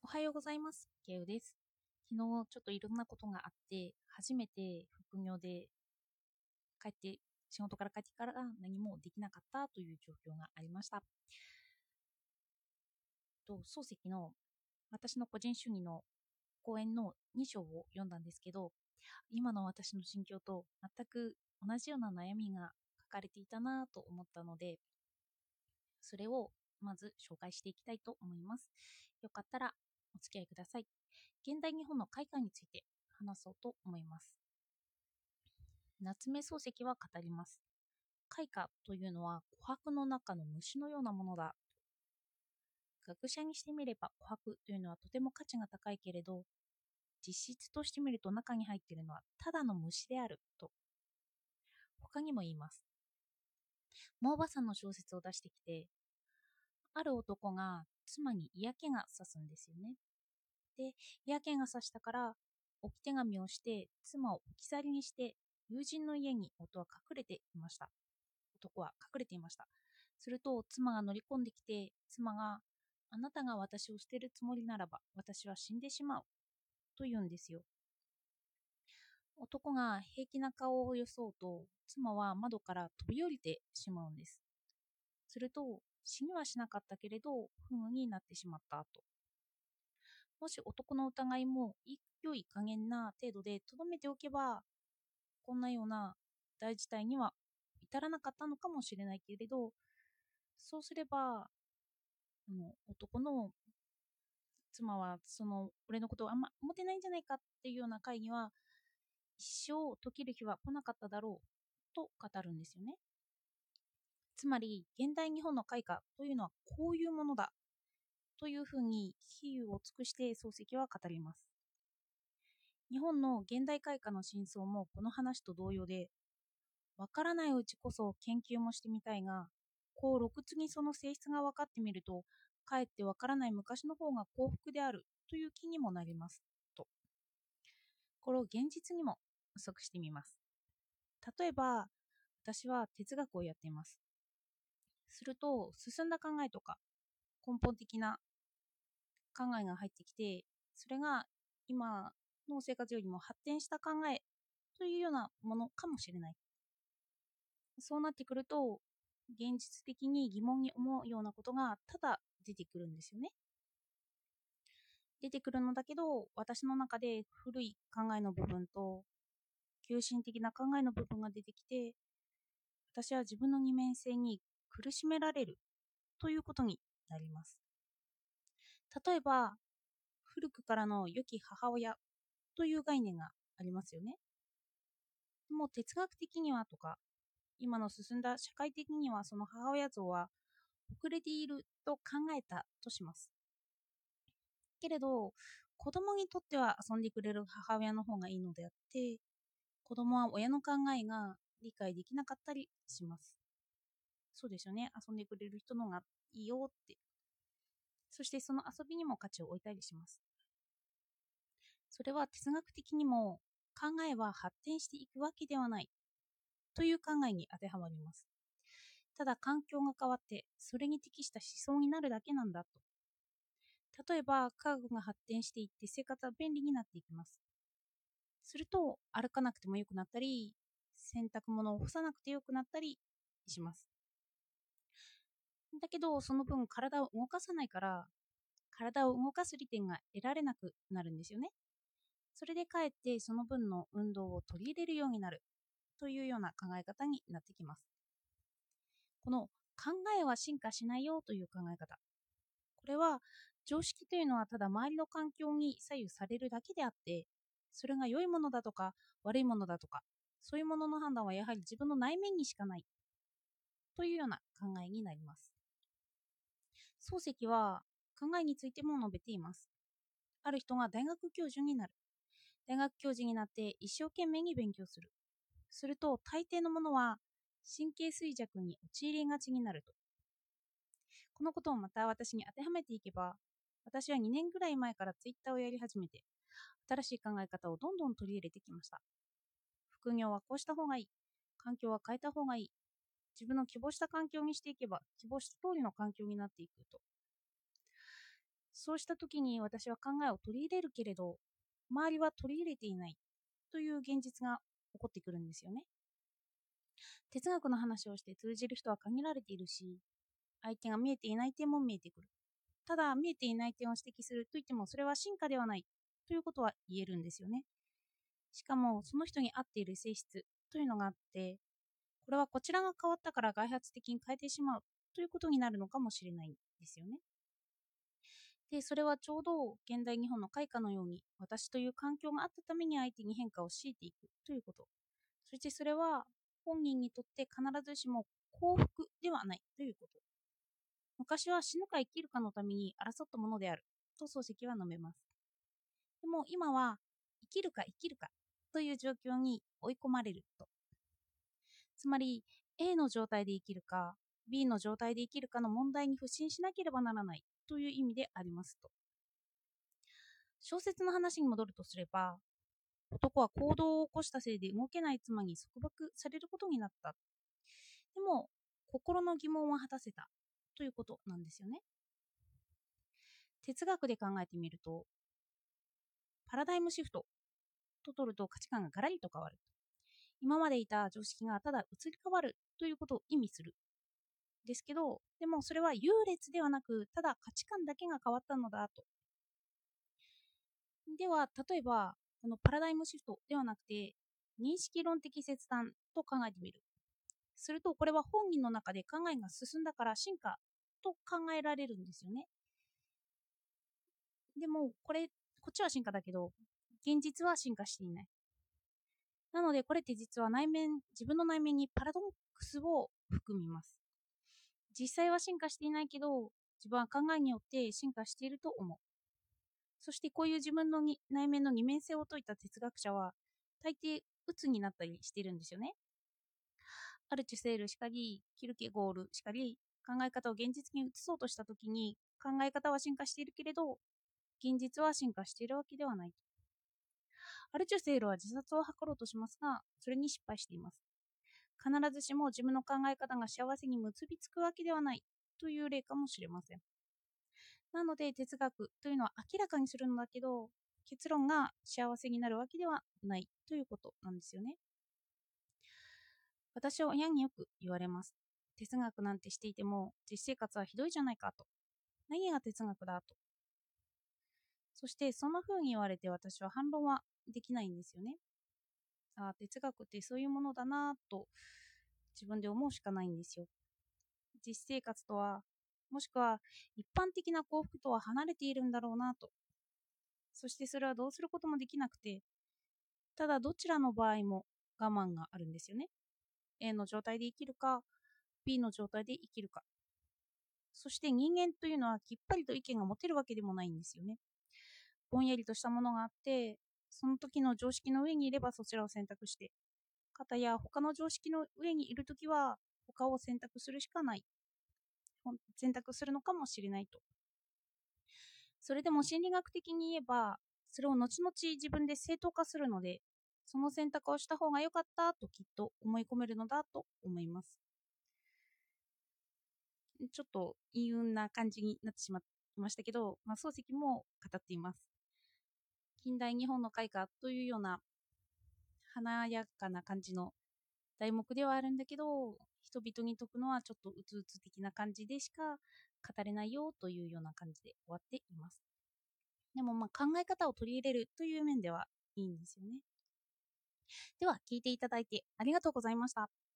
おはようございます。ケウです。昨日ちょっといろんなことがあって、初めて副業で帰って、仕事から帰ってから何もできなかったという状況がありました。漱石の私の個人主義の講演の2章を読んだんですけど、今の私の心境と全く同じような悩みが書かれていたなと思ったので、それをまず紹介していきたいと思います。よかったらお付き合いください。現代日本の開花について話そうと思います。夏目漱石は語ります。開花というのは琥珀の中の虫のようなものだ。学者にしてみれば琥珀というのはとても価値が高いけれど、実質としてみると中に入っているのはただの虫であると他にも言います。モーバさんの小説を出してきて、ある男が妻に嫌気がさすんですよね。で、嫌気がさしたから置き手紙をして妻を置き去りにして友人の家に夫は隠れていました。男は隠れていました。すると妻が乗り込んできて、妻があなたが私を捨てるつもりならば私は死んでしまうと言うんですよ。男が平気な顔を装うと、妻は窓から飛び降りてしまうんです。すると死にはしなかったけれど不運になってしまったと。もし男の疑いも良い加減な程度でとどめておけば、こんなような大事態には至らなかったのかもしれないけれど、そうすれば男の妻はその俺のことをあんま思ってないんじゃないかっていうような会議は一生解ける日は来なかっただろうと語るんですよね。つまり現代日本の開化というのはこういうものだというふうに比喩を尽くして漱石は語ります。日本の現代開化の真相もこの話と同様で、わからないうちこそ研究もしてみたいが、こう露骨にその性質が分かってみると、かえってわからない昔の方が幸福であるという気にもなりますと。これを現実にも補足してみます。例えば、私は哲学をやっています。すると、進んだ考えとか根本的な考えが入ってきて、それが今の生活よりも発展した考えというようなものかもしれない。そうなってくると、現実的に疑問に思うようなことが多々出てくるんですよね。出てくるのだけど、私の中で古い考えの部分と急進的な考えの部分が出てきて、私は自分の二面性に苦しめられるということになります。例えば、古くからの良き母親という概念がありますよね。もう哲学的にはとか、今の進んだ社会的にはその母親像は遅れていると考えたとします。けれど、子供にとっては遊んでくれる母親の方がいいのであって、子供は親の考えが理解できなかったりします。そうですよね。遊んでくれる人の方がいいよって。そしてその遊びにも価値を置いたりします。それは哲学的にも考えは発展していくわけではないという考えに当てはまります。ただ環境が変わってそれに適した思想になるだけなんだと。例えば科学が発展していって生活は便利になっていきます。すると歩かなくてもよくなったり、洗濯物を干さなくてよくなったりします。だけどその分体を動かさないから、体を動かす利点が得られなくなるんですよね。それでかえってその分の運動を取り入れるようになるというような考え方になってきます。この考えは進化しないよという考え方。これは常識というのはただ周りの環境に左右されるだけであって、それが良いものだとか悪いものだとか、そういうものの判断はやはり自分の内面にしかないというような考えになります。漱石は考えについても述べています。ある人が大学教授になる。大学教授になって一生懸命に勉強する。すると大抵のものは神経衰弱に陥りがちになると。このことをまた私に当てはめていけば、私は2年ぐらい前からツイッターをやり始めて、新しい考え方をどんどん取り入れてきました。副業はこうした方がいい。環境は変えた方がいい。自分の希望した環境にしていけば、希望した通りの環境になっていくと。 そうした時に私は考えを取り入れるけれど、周りは取り入れていないという現実が起こってくるんですよね。哲学の話をして通じる人は限られているし、相手が見えていない点も見えてくる。ただ、見えていない点を指摘するといっても、それは進化ではないということは言えるんですよね。しかも、その人に合っている性質というのがあって、これはこちらが変わったから外発的に変えてしまうということになるのかもしれないんですよね。で、それはちょうど現代日本の開花のように、私という環境があったために相手に変化を強いていくということ。そしてそれは本人にとって必ずしも幸福ではないということ。昔は死ぬか生きるかのために争ったものであると漱石は述べます。でも今は生きるか生きるかという状況に追い込まれると。つまり A の状態で生きるか B の状態で生きるかの問題に不信しなければならないという意味でありますと。小説の話に戻るとすれば、男は行動を起こしたせいで動けない妻に束縛されることになった。でも心の疑問は果たせたということなんですよね。哲学で考えてみると、パラダイムシフトと取ると価値観がガラリと変わる。今までいた常識がただ移り変わるということを意味する。ですけど、でもそれは優劣ではなく、ただ価値観だけが変わったのだと。では、例えば、このパラダイムシフトではなくて、認識論的切断と考えてみる。すると、これは本人の中で考えが進んだから進化と考えられるんですよね。でも、こっちは進化だけど、現実は進化していない。なので、これって実は自分の内面にパラドックスを含みます。実際は進化していないけど、自分は考えによって進化していると思う。そしてこういう自分の内面の二面性を説いた哲学者は、大抵鬱になったりしてるんですよね。アルチュセールしかり、キルケゴールしかり、考え方を現実に移そうとしたときに、考え方は進化しているけれど、現実は進化しているわけではない。アルチュセールは自殺を図ろうとしますが、それに失敗しています。必ずしも自分の考え方が幸せに結びつくわけではないという例かもしれません。なので哲学というのは明らかにするのだけど、結論が幸せになるわけではないということなんですよね。私は親によく言われます。哲学なんてしていても実生活はひどいじゃないかと。何が哲学だと。そしてそんな風に言われて私は反論はできないんですよね。哲学ってそういうものだなと自分で思うしかないんですよ。実生活とは、もしくは一般的な幸福とは離れているんだろうなと。そしてそれはどうすることもできなくて、ただどちらの場合も我慢があるんですよね。A の状態で生きるか、B の状態で生きるか。そして人間というのはきっぱりと意見が持てるわけでもないんですよね。ぼんやりとしたものがあって、その時の常識の上にいればそちらを選択して、方や他の常識の上にいるときは他を選択するしかない。選択するのかもしれないと。それでも心理学的に言えば、それを後々自分で正当化するので、その選択をした方が良かったときっと思い込めるのだと思います。ちょっと陰雲な感じになってしまいましたけど、漱石も語っています。近代日本の開花というような華やかな感じの題目ではあるんだけど、人々に説くのはちょっとうつうつ的な感じでしか語れないよというような感じで終わっています。でも考え方を取り入れるという面ではいいんですよね。では聞いていただいてありがとうございました。